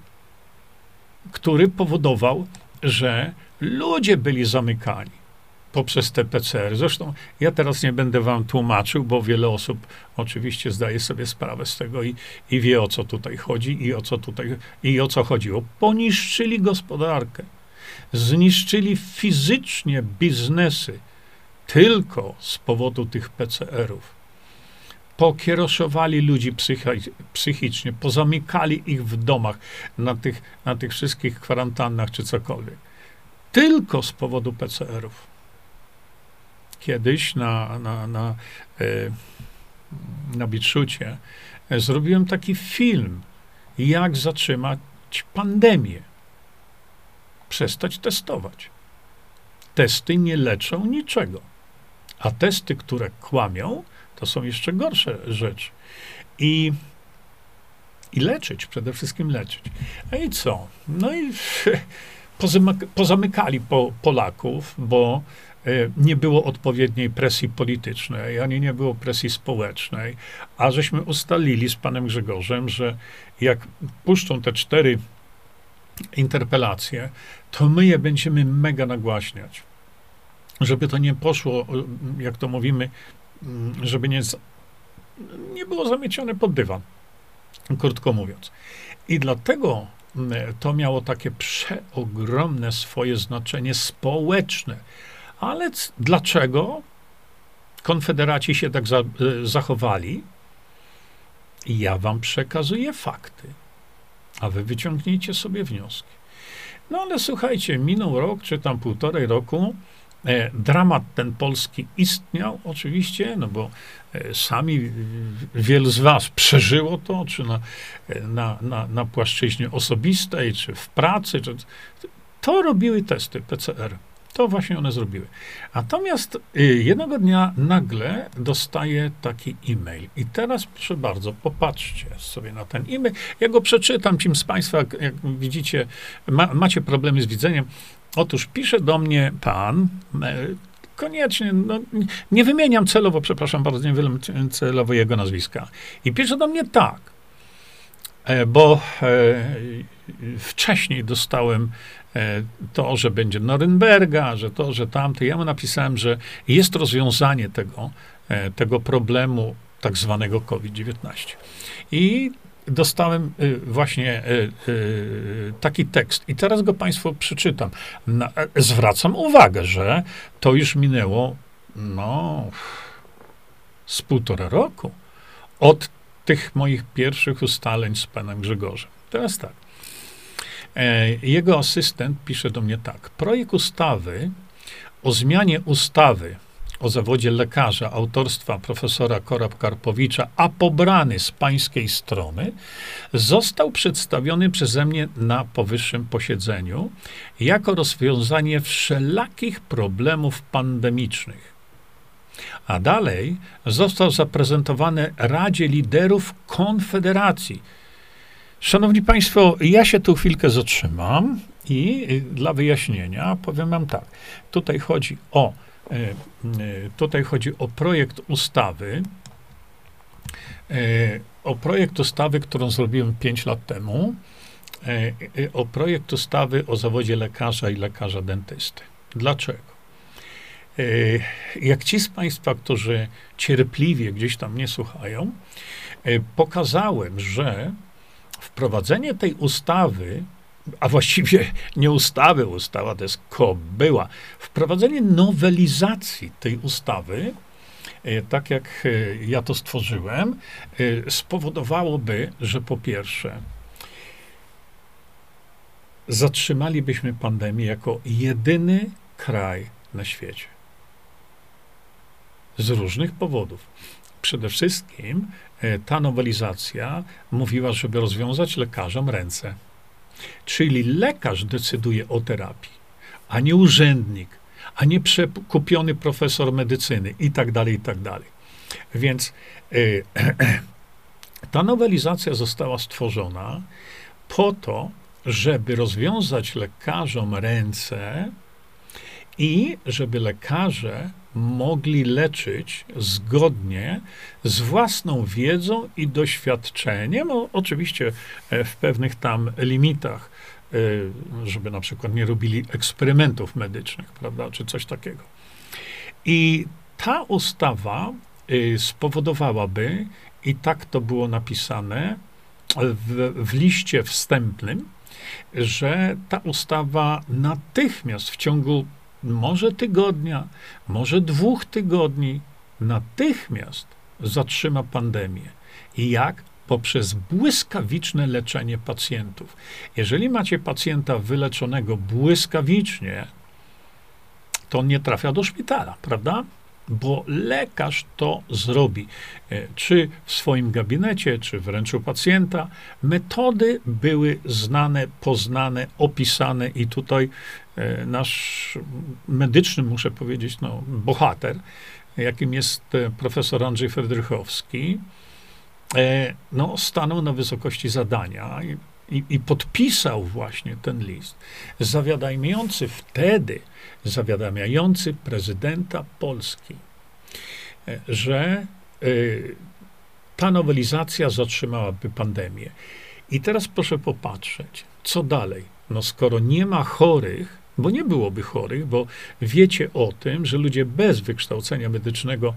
który powodował, że ludzie byli zamykani poprzez te P C R. Zresztą ja teraz nie będę wam tłumaczył, bo wiele osób oczywiście zdaje sobie sprawę z tego i, i wie, o co tutaj chodzi i o co tutaj, i o co chodziło. Poniszczyli gospodarkę. Zniszczyli fizycznie biznesy tylko z powodu tych P C R-ów. Pokieroszowali ludzi psychi- psychicznie, pozamykali ich w domach na tych, na tych wszystkich kwarantannach czy cokolwiek. Tylko z powodu P C R-ów. Kiedyś na, na, na, e, na Bitshucie e, zrobiłem taki film, jak zatrzymać pandemię. Przestać testować. Testy nie leczą niczego. A testy, które kłamią, to są jeszcze gorsze rzeczy. I, i leczyć, przede wszystkim leczyć. No i co? No i pozamyka, pozamykali po, Polaków, bo y, nie było odpowiedniej presji politycznej, ani nie było presji społecznej, a żeśmy ustalili z panem Grzegorzem, że jak puszczą te cztery interpelacje, to my je będziemy mega nagłaśniać. Żeby to nie poszło, jak to mówimy, żeby nie, nie było zamiecione pod dywan, krótko mówiąc. I dlatego to miało takie przeogromne swoje znaczenie społeczne. Ale c- dlaczego Konfederaci się tak za, zachowali? Ja wam przekazuję fakty, a wy wyciągnijcie sobie wnioski. No ale słuchajcie, minął rok, czy tam półtorej roku, e, dramat ten polski istniał oczywiście, no bo e, sami w, wielu z was przeżyło to, czy na, na, na, na płaszczyźnie osobistej, czy w pracy, czy, to robiły testy P C R. To właśnie one zrobiły. Natomiast y, jednego dnia nagle dostaję taki e-mail. I teraz proszę bardzo, popatrzcie sobie na ten e-mail. Ja go przeczytam ci z państwa, jak, jak widzicie, ma, macie problemy z widzeniem. Otóż pisze do mnie pan, e, koniecznie, no, nie wymieniam celowo, przepraszam bardzo, nie wymieniam celowo jego nazwiska. I pisze do mnie tak, e, bo e, wcześniej dostałem to, że będzie Norymberga, że to, że tamty. Ja mu napisałem, że jest rozwiązanie tego, tego problemu tak zwanego COVID dziewiętnaście. I dostałem właśnie taki tekst. I teraz go państwu przeczytam. Zwracam uwagę, że to już minęło no z półtora roku od tych moich pierwszych ustaleń z panem Grzegorzem. Teraz tak. Jego asystent pisze do mnie tak. Projekt ustawy o zmianie ustawy o zawodzie lekarza autorstwa profesora Korab-Karpowicza, a pobrany z pańskiej strony, został przedstawiony przeze mnie na powyższym posiedzeniu jako rozwiązanie wszelakich problemów pandemicznych. A dalej został zaprezentowany Radzie Liderów Konfederacji. Szanowni Państwo, ja się tu chwilkę zatrzymam i dla wyjaśnienia powiem wam tak. Tutaj chodzi o, tutaj chodzi o projekt ustawy, o projekt ustawy, którą zrobiłem pięć lat temu, o projekt ustawy o zawodzie lekarza i lekarza dentysty. Dlaczego? Jak ci z Państwa, którzy cierpliwie gdzieś tam mnie słuchają, pokazałem, że wprowadzenie tej ustawy, a właściwie nie ustawy, ustawa to jest kobyła, wprowadzenie nowelizacji tej ustawy, tak jak ja to stworzyłem, spowodowałoby, że po pierwsze zatrzymalibyśmy pandemię jako jedyny kraj na świecie. Z różnych powodów. Przede wszystkim ta nowelizacja mówiła, żeby rozwiązać lekarzom ręce. Czyli lekarz decyduje o terapii, a nie urzędnik, a nie przekupiony profesor medycyny i tak dalej, i tak dalej. Więc y, ta nowelizacja została stworzona po to, żeby rozwiązać lekarzom ręce i żeby lekarze mogli leczyć zgodnie z własną wiedzą i doświadczeniem, no, oczywiście w pewnych tam limitach, żeby na przykład nie robili eksperymentów medycznych, prawda, czy coś takiego. I ta ustawa spowodowałaby, i tak to było napisane w, w liście wstępnym, że ta ustawa natychmiast w ciągu może tygodnia, może dwóch tygodni, natychmiast zatrzyma pandemię. I jak? Poprzez błyskawiczne leczenie pacjentów. Jeżeli macie pacjenta wyleczonego błyskawicznie, to on nie trafia do szpitala, prawda? Bo lekarz to zrobi. Czy w swoim gabinecie, czy wręcz u pacjenta. Metody były znane, poznane, opisane i tutaj nasz medyczny, muszę powiedzieć, no, bohater, jakim jest profesor Andrzej Fredrychowski, no, stanął na wysokości zadania i, i, i podpisał właśnie ten list, zawiadamiający wtedy, zawiadamiający prezydenta Polski, że y, ta nowelizacja zatrzymałaby pandemię. I teraz proszę popatrzeć, co dalej? No skoro nie ma chorych, bo nie byłoby chorych, bo wiecie o tym, że ludzie bez wykształcenia medycznego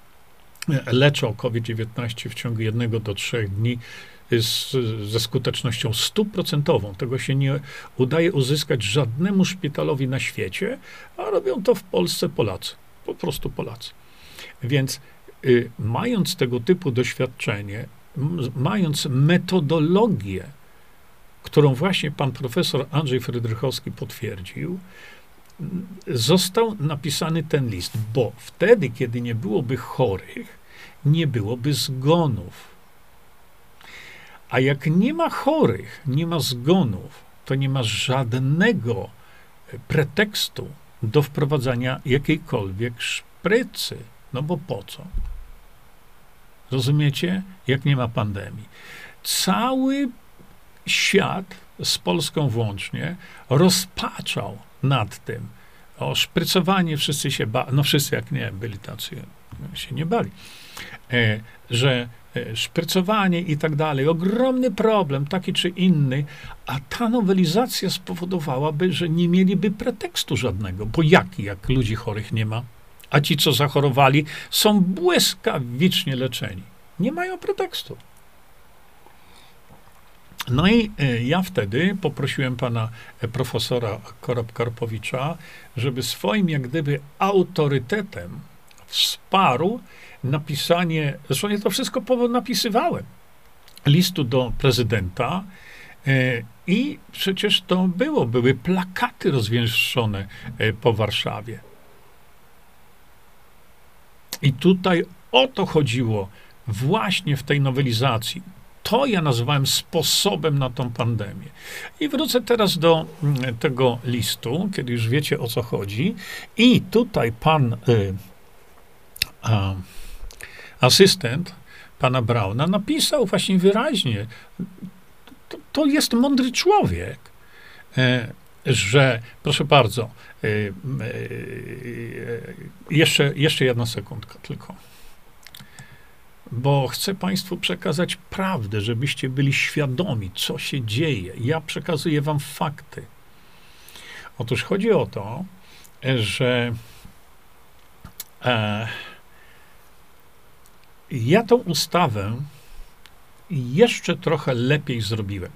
leczą COVID dziewiętnaście w ciągu jednego do trzech dni z, ze skutecznością stuprocentową. Tego się nie udaje uzyskać żadnemu szpitalowi na świecie, a robią to w Polsce Polacy. Po prostu Polacy. Więc y, mając tego typu doświadczenie, mając metodologię, którą właśnie pan profesor Andrzej Frydrychowski potwierdził, został napisany ten list, bo wtedy, kiedy nie byłoby chorych, nie byłoby zgonów. A jak nie ma chorych, nie ma zgonów, to nie ma żadnego pretekstu do wprowadzania jakiejkolwiek szprycy. No bo po co? Rozumiecie? Jak nie ma pandemii. Cały świat, z Polską włącznie, rozpaczał nad tym. O szprycowanie wszyscy się bali, no wszyscy jak nie byli tacy, się nie bali, e, że e, szprycowanie i tak dalej, ogromny problem, taki czy inny, a ta nowelizacja spowodowałaby, że nie mieliby pretekstu żadnego, bo jaki, jak ludzi chorych nie ma, a ci, co zachorowali, są błyskawicznie leczeni. Nie mają pretekstu. No i ja wtedy poprosiłem pana profesora Korab-Karpowicza, żeby swoim jak gdyby autorytetem wsparł napisanie, zresztą ja to wszystko napisywałem, listu do prezydenta i przecież to było, były plakaty rozwieszone po Warszawie. I tutaj o to chodziło właśnie w tej nowelizacji. To ja nazywałem sposobem na tą pandemię. I wrócę teraz do tego listu, kiedy już wiecie, o co chodzi. I tutaj pan y, a, asystent pana Brauna napisał właśnie wyraźnie, to, to jest mądry człowiek, y, że, proszę bardzo, y, y, y, jeszcze, jeszcze jedna sekundka tylko. Bo chcę państwu przekazać prawdę, żebyście byli świadomi, co się dzieje. Ja przekazuję wam fakty. Otóż chodzi o to, że e, ja tą ustawę jeszcze trochę lepiej zrobiłem.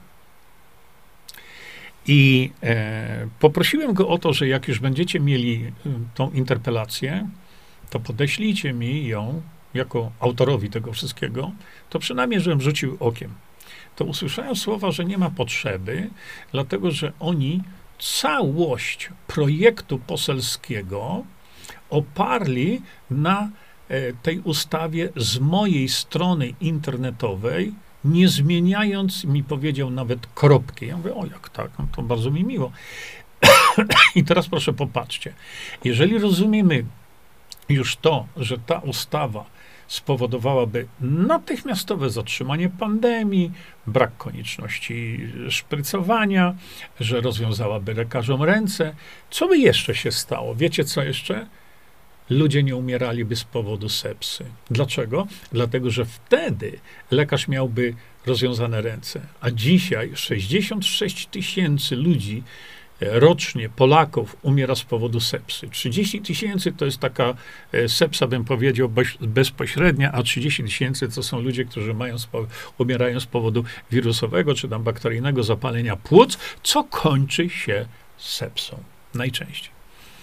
I e, poprosiłem go o to, że jak już będziecie mieli tą interpelację, to podeślijcie mi ją jako autorowi tego wszystkiego, to przynajmniej, żebym rzucił okiem. To usłyszałem słowa, że nie ma potrzeby, dlatego, że oni całość projektu poselskiego oparli na e, tej ustawie z mojej strony internetowej, nie zmieniając, mi powiedział nawet kropki. Ja mówię, o jak tak, no to bardzo mi miło. I teraz proszę popatrzcie. Jeżeli rozumiemy już to, że ta ustawa spowodowałaby natychmiastowe zatrzymanie pandemii, brak konieczności szprycowania, że rozwiązałaby lekarzom ręce. Co by jeszcze się stało? Wiecie, co jeszcze? Ludzie nie umieraliby z powodu sepsy. Dlaczego? Dlatego, że wtedy lekarz miałby rozwiązane ręce, a dzisiaj sześćdziesiąt sześć tysięcy ludzi rocznie, Polaków, umiera z powodu sepsy. trzydzieści tysięcy to jest taka sepsa, bym powiedział, bez, bezpośrednia, a trzydzieści tysięcy to są ludzie, którzy mają spo, umierają z powodu wirusowego czy tam bakteryjnego zapalenia płuc, co kończy się sepsą najczęściej.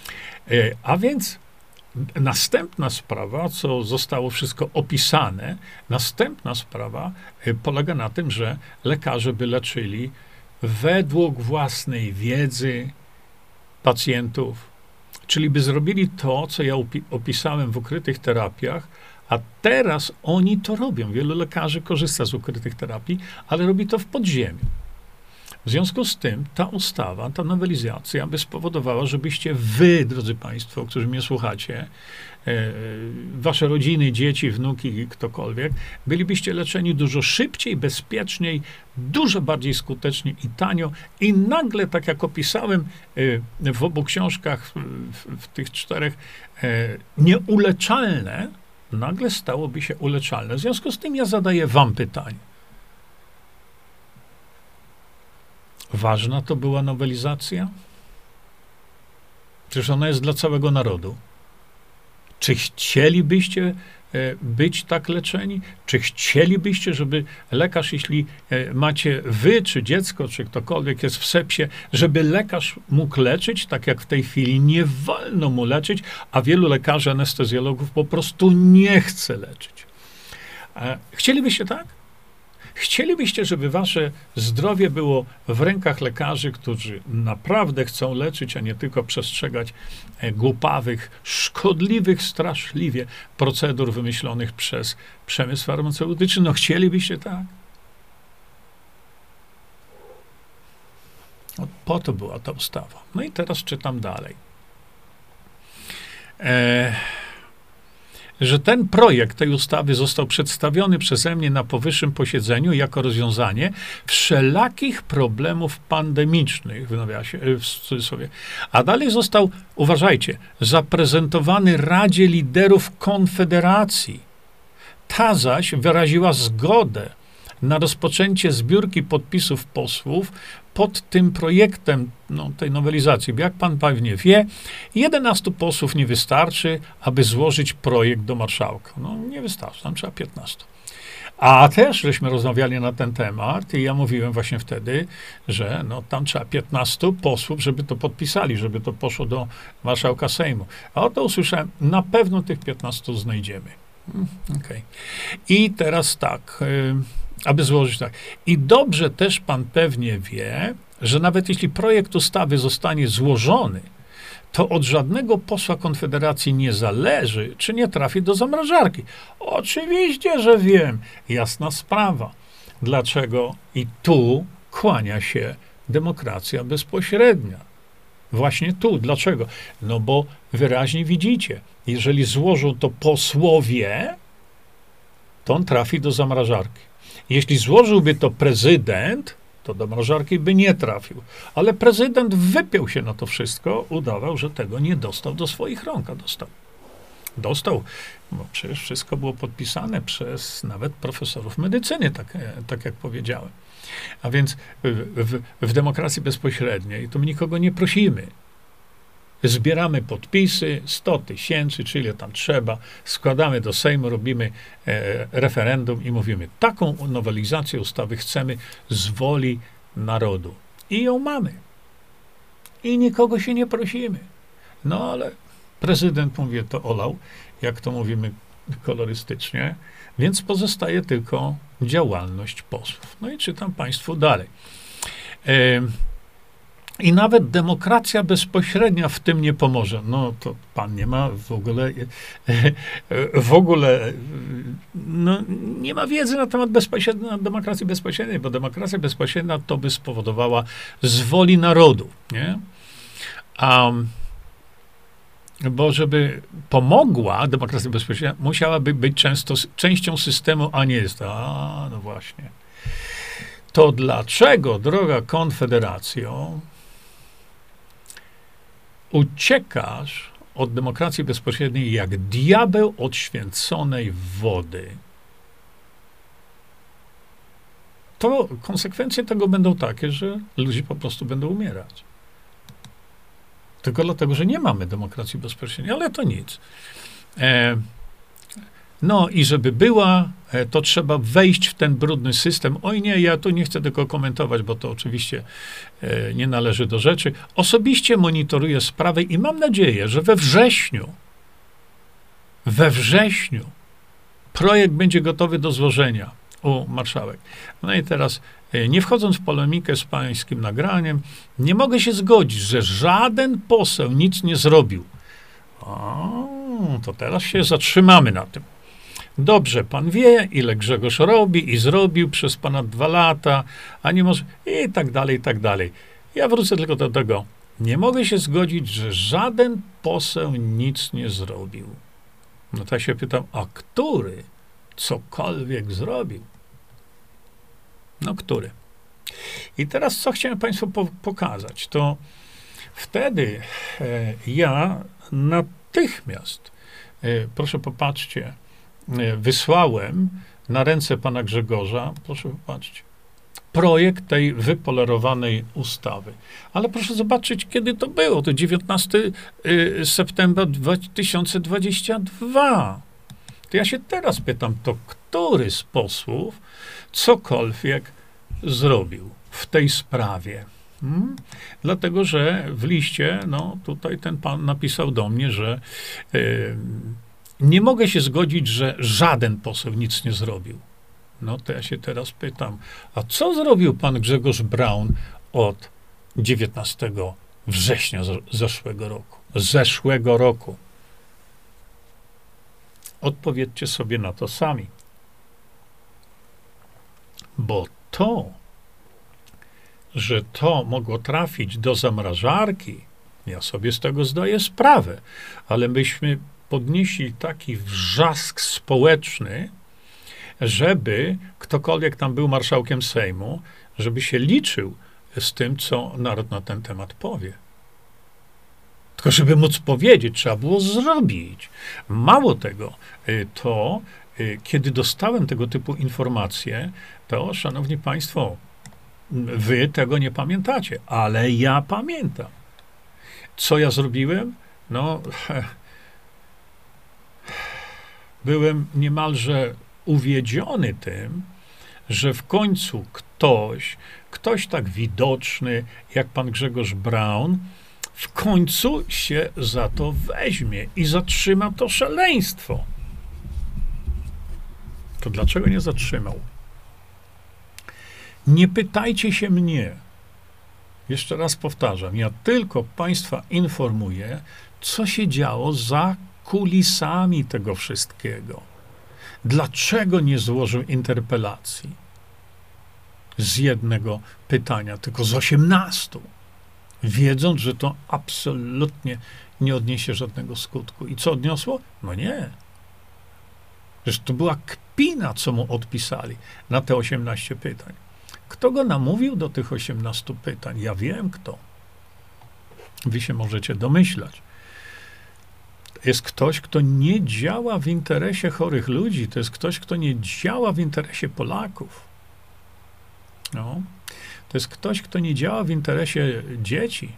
A więc następna sprawa, co zostało wszystko opisane, następna sprawa polega na tym, że lekarze by leczyli według własnej wiedzy pacjentów, czyli by zrobili to, co ja opi- opisałem w ukrytych terapiach, a teraz oni to robią. Wielu lekarzy korzysta z ukrytych terapii, ale robi to w podziemiu. W związku z tym ta ustawa, ta nowelizacja by spowodowała, żebyście wy, drodzy państwo, którzy mnie słuchacie, e, wasze rodziny, dzieci, wnuki, ktokolwiek, bylibyście leczeni dużo szybciej, bezpieczniej, dużo bardziej skutecznie i tanio i nagle, tak jak opisałem e, w obu książkach, w, w tych czterech, e, nieuleczalne, nagle stałoby się uleczalne. W związku z tym ja zadaję wam pytanie. Ważna to była nowelizacja? Przecież ona jest dla całego narodu. Czy chcielibyście być tak leczeni? Czy chcielibyście, żeby lekarz, jeśli macie wy, czy dziecko, czy ktokolwiek jest w sepsie, żeby lekarz mógł leczyć, tak jak w tej chwili nie wolno mu leczyć, a wielu lekarzy, anestezjologów po prostu nie chce leczyć. Chcielibyście tak? Chcielibyście, żeby wasze zdrowie było w rękach lekarzy, którzy naprawdę chcą leczyć, a nie tylko przestrzegać e, głupawych, szkodliwych straszliwie procedur wymyślonych przez przemysł farmaceutyczny? No chcielibyście tak? No, po to była ta ustawa. No i teraz czytam dalej. E, że ten projekt tej ustawy został przedstawiony przeze mnie na powyższym posiedzeniu jako rozwiązanie wszelakich problemów pandemicznych, w nawiasie, w cudzysłowie, a dalej został, uważajcie, zaprezentowany Radzie Liderów Konfederacji. Ta zaś wyraziła zgodę na rozpoczęcie zbiórki podpisów posłów pod tym projektem no, tej nowelizacji. Bo jak pan pewnie wie, jedenastu posłów nie wystarczy, aby złożyć projekt do marszałka. No nie wystarczy, tam trzeba piętnastu. A też żeśmy rozmawiali na ten temat i ja mówiłem właśnie wtedy, że no, tam trzeba piętnastu posłów, żeby to podpisali, żeby to poszło do marszałka Sejmu. A oto usłyszałem, na pewno tych piętnastu znajdziemy. Hmm, okay. I teraz tak... Yy, aby złożyć tak. I dobrze też pan pewnie wie, że nawet jeśli projekt ustawy zostanie złożony, to od żadnego posła Konfederacji nie zależy, czy nie trafi do zamrażarki. Oczywiście, że wiem. Jasna sprawa. Dlaczego? I tu kłania się demokracja bezpośrednia. Właśnie tu. Dlaczego? No bo wyraźnie widzicie, jeżeli złożą to posłowie, to on trafi do zamrażarki. Jeśli złożyłby to prezydent, to do zamrażarki by nie trafił. Ale prezydent wypiął się na to wszystko, udawał, że tego nie dostał do swoich rąk, a dostał. Dostał, bo przecież wszystko było podpisane przez nawet profesorów medycyny, tak, tak jak powiedziałem. A więc w, w, w demokracji bezpośredniej to my nikogo nie prosimy. Zbieramy podpisy, sto tysięcy, czy ile tam trzeba, składamy do Sejmu, robimy e, referendum i mówimy, taką nowelizację ustawy chcemy z woli narodu. I ją mamy. I nikogo się nie prosimy. No ale prezydent, mówię, to olał, jak to mówimy kolorystycznie, więc pozostaje tylko działalność posłów. No i czytam państwu dalej. E, I nawet demokracja bezpośrednia w tym nie pomoże. No to pan nie ma w ogóle, w ogóle, no, nie ma wiedzy na temat bezpośredniej, demokracji bezpośredniej, bo demokracja bezpośrednia to by spowodowała z woli narodu, nie? A, bo żeby pomogła demokracja bezpośrednia, musiałaby być często, częścią systemu, a nie jest. A, no właśnie. To dlaczego, droga Konfederacjo, uciekasz od demokracji bezpośredniej jak diabeł od święconej wody? To konsekwencje tego będą takie, że ludzie po prostu będą umierać. Tylko dlatego, że nie mamy demokracji bezpośredniej, ale to nic. E, no i żeby była, to trzeba wejść w ten brudny system. Oj nie, ja tu nie chcę tego komentować, bo to oczywiście e, nie należy do rzeczy. Osobiście monitoruję sprawę i mam nadzieję, że we wrześniu, we wrześniu projekt będzie gotowy do złożenia u marszałek. No i teraz, e, nie wchodząc w polemikę z pańskim nagraniem, nie mogę się zgodzić, że żaden poseł nic nie zrobił. O, to teraz się zatrzymamy na tym. Dobrze, pan wie, ile Grzegorz robi i zrobił przez ponad dwa lata, a nie może, i tak dalej, i tak dalej. Ja wrócę tylko do tego. Nie mogę się zgodzić, że żaden poseł nic nie zrobił. No to ja się pytam, a który cokolwiek zrobił? No, który? I teraz, co chciałem państwu po pokazać, to wtedy e, ja natychmiast, e, proszę popatrzcie, wysłałem na ręce pana Grzegorza, proszę popatrzcie, projekt tej wypolerowanej ustawy. Ale proszę zobaczyć, kiedy to było. To dziewiętnastego septembra dwa tysiące dwudziestego drugiego. To ja się teraz pytam, to który z posłów cokolwiek zrobił w tej sprawie? Hmm? Dlatego, że w liście, no tutaj ten pan napisał do mnie, że yy, nie mogę się zgodzić, że żaden poseł nic nie zrobił. No to ja się teraz pytam, a co zrobił pan Grzegorz Braun od dziewiętnastego września zeszłego roku? Zeszłego roku. Odpowiedzcie sobie na to sami. Bo to, że to mogło trafić do zamrażarki, ja sobie z tego zdaję sprawę, ale myśmy podnieśli taki wrzask społeczny, żeby ktokolwiek tam był marszałkiem Sejmu, żeby się liczył z tym, co naród na ten temat powie. Tylko żeby móc powiedzieć, trzeba było zrobić. Mało tego, to kiedy dostałem tego typu informacje, to, szanowni państwo, wy tego nie pamiętacie, ale ja pamiętam. Co ja zrobiłem? No, byłem niemalże uwiedziony tym, że w końcu ktoś, ktoś tak widoczny jak pan Grzegorz Braun, w końcu się za to weźmie i zatrzyma to szaleństwo. To dlaczego nie zatrzymał? Nie pytajcie się mnie. Jeszcze raz powtarzam, ja tylko państwa informuję, co się działo za kulisami tego wszystkiego. Dlaczego nie złożył interpelacji z jednego pytania, tylko z osiemnastu, wiedząc, że to absolutnie nie odniesie żadnego skutku. I co odniosło? No nie. Przecież to była kpina, co mu odpisali na te osiemnaście pytań. Kto go namówił do tych osiemnastu pytań? Ja wiem kto. Wy się możecie domyślać. Jest ktoś, kto nie działa w interesie chorych ludzi. To jest ktoś, kto nie działa w interesie Polaków. No. To jest ktoś, kto nie działa w interesie dzieci.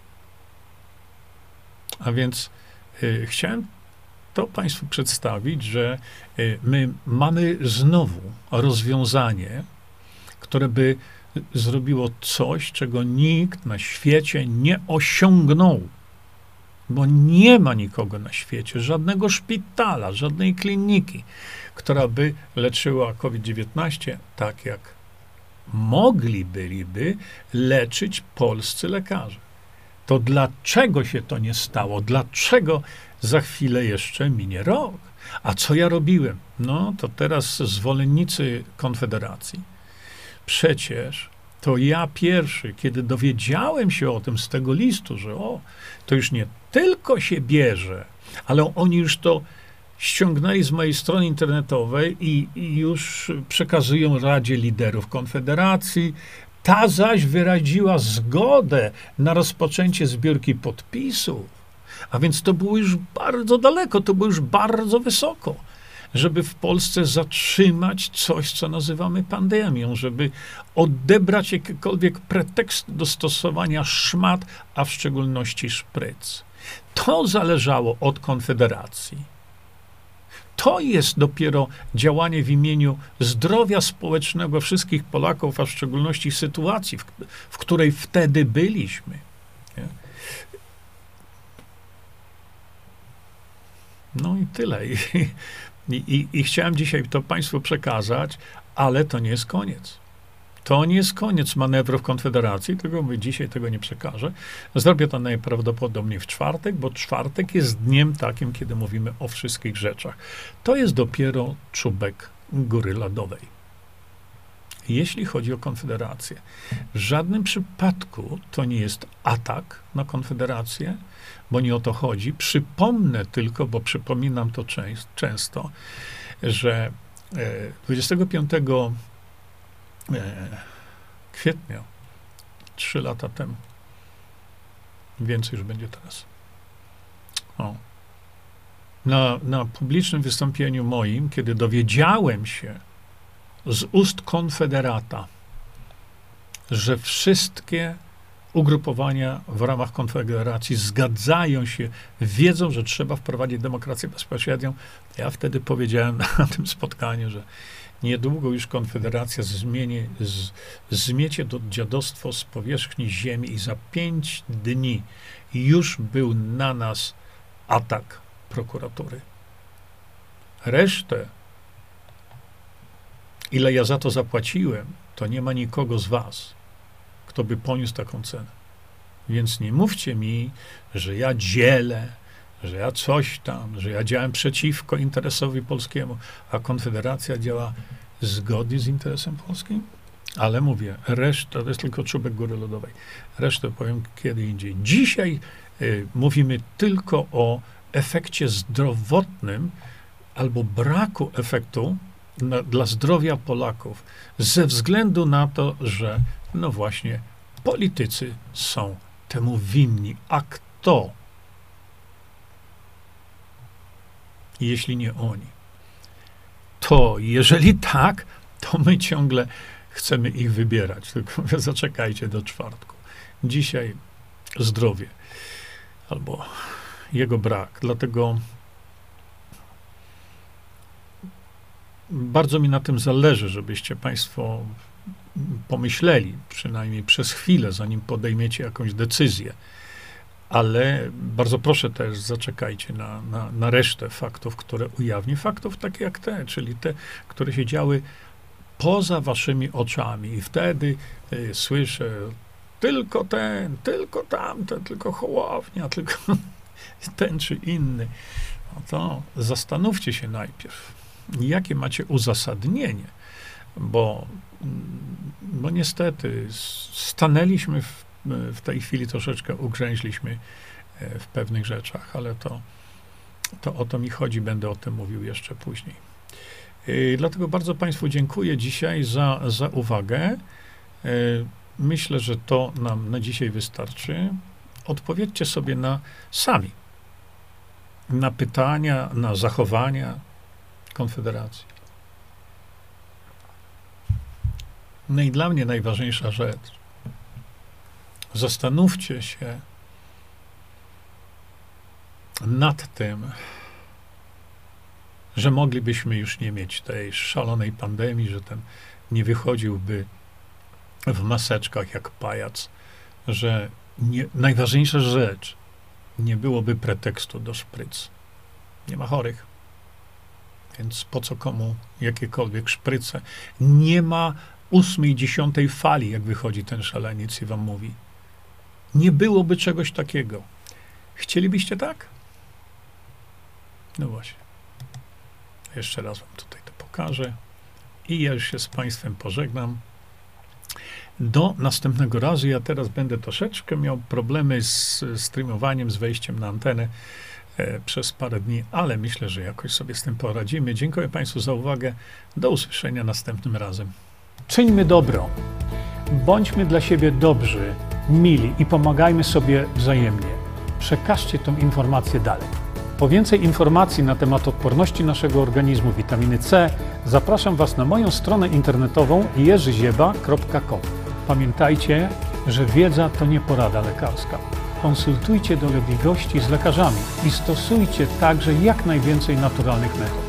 A więc y, chciałem to państwu przedstawić, że y, my mamy znowu rozwiązanie, które by zrobiło coś, czego nikt na świecie nie osiągnął. Bo nie ma nikogo na świecie, żadnego szpitala, żadnej kliniki, która by leczyła COVID dziewiętnaście tak, jak mogli byliby leczyć polscy lekarze. To dlaczego się to nie stało? Dlaczego za chwilę jeszcze minie rok? A co ja robiłem? No, to teraz zwolennicy Konfederacji. Przecież to ja pierwszy, kiedy dowiedziałem się o tym z tego listu, że o, to już nie tylko się bierze, ale oni już to ściągnęli z mojej strony internetowej i, i już przekazują Radzie Liderów Konfederacji. Ta zaś wyraziła zgodę na rozpoczęcie zbiórki podpisów. A więc to było już bardzo daleko, to było już bardzo wysoko, żeby w Polsce zatrzymać coś, co nazywamy pandemią, żeby odebrać jakikolwiek pretekst do stosowania szmat, a w szczególności szpryc. To zależało od Konfederacji. To jest dopiero działanie w imieniu zdrowia społecznego wszystkich Polaków, a w szczególności sytuacji, w, w której wtedy byliśmy. Nie? No i tyle. I, i, I chciałem dzisiaj to państwu przekazać, ale to nie jest koniec. To nie jest koniec manewrów Konfederacji, tylko mówię, dzisiaj tego nie przekażę. Zrobię to najprawdopodobniej w czwartek, bo czwartek jest dniem takim, kiedy mówimy o wszystkich rzeczach. To jest dopiero czubek góry lodowej. Jeśli chodzi o Konfederację, w żadnym przypadku to nie jest atak na Konfederację, bo nie o to chodzi. Przypomnę tylko, bo przypominam to częst, często, że dwudziestego piątego kwietnia, trzy lata temu, więcej już będzie teraz, o, na, na publicznym wystąpieniu moim, kiedy dowiedziałem się z ust konfederata, że wszystkie ugrupowania w ramach Konfederacji zgadzają się, wiedzą, że trzeba wprowadzić demokrację bezpośrednią. Ja wtedy powiedziałem na tym spotkaniu, że niedługo już Konfederacja zmieni, z, zmiecie to dziadostwo z powierzchni ziemi i za pięć dni już był na nas atak prokuratury. Resztę ile ja za to zapłaciłem, to nie ma nikogo z was, kto by poniósł taką cenę. Więc nie mówcie mi, że ja dzielę, że ja coś tam, że ja działam przeciwko interesowi polskiemu, a Konfederacja działa zgodnie z interesem polskim. Ale mówię, reszta to jest tylko czubek góry lodowej. Resztę powiem kiedy indziej. Dzisiaj y, mówimy tylko o efekcie zdrowotnym albo braku efektu na, dla zdrowia Polaków ze względu na to, że no właśnie politycy są temu winni. A kto? Jeśli nie oni. To jeżeli tak, to my ciągle chcemy ich wybierać. Tylko zaczekajcie do czwartku. Dzisiaj zdrowie albo jego brak. Dlatego bardzo mi na tym zależy, żebyście państwo pomyśleli, przynajmniej przez chwilę, zanim podejmiecie jakąś decyzję. Ale bardzo proszę też, zaczekajcie na, na, na resztę faktów, które ujawnię. Faktów takie jak te, czyli te, które się działy poza waszymi oczami. I wtedy y, słyszę tylko ten, tylko tamten, tylko Hołownia, tylko ten czy inny. No to zastanówcie się najpierw, jakie macie uzasadnienie, bo, bo niestety stanęliśmy w, w tej chwili troszeczkę ugrzęźliśmy w pewnych rzeczach, ale to, to o to mi chodzi, będę o tym mówił jeszcze później. Yy, dlatego bardzo państwu dziękuję dzisiaj za, za uwagę. Yy, myślę, że to nam na dzisiaj wystarczy. Odpowiedzcie sobie na sami na pytania, na zachowania Konfederacji. No i dla mnie najważniejsza rzecz. Zastanówcie się nad tym, że moglibyśmy już nie mieć tej szalonej pandemii, że ten nie wychodziłby w maseczkach jak pajac, że nie, najważniejsza rzecz, nie byłoby pretekstu do szpryc. Nie ma chorych, więc po co komu jakiekolwiek szpryce? Nie ma ósmej, dziesiątej fali, jak wychodzi ten szaleniec i wam mówi. Nie byłoby czegoś takiego. Chcielibyście tak? No właśnie. Jeszcze raz wam tutaj to pokażę. I ja już się z państwem pożegnam. Do następnego razu. Ja teraz będę troszeczkę miał problemy z streamowaniem, z wejściem na antenę e, przez parę dni, ale myślę, że jakoś sobie z tym poradzimy. Dziękuję państwu za uwagę. Do usłyszenia następnym razem. Czyńmy dobro. Bądźmy dla siebie dobrzy, mili i pomagajmy sobie wzajemnie. Przekażcie tą informację dalej. Po więcej informacji na temat odporności naszego organizmu witaminy C zapraszam Was na moją stronę internetową jerzy zieba kropka com. Pamiętajcie, że wiedza to nie porada lekarska. Konsultujcie dolegliwości z lekarzami i stosujcie także jak najwięcej naturalnych metod.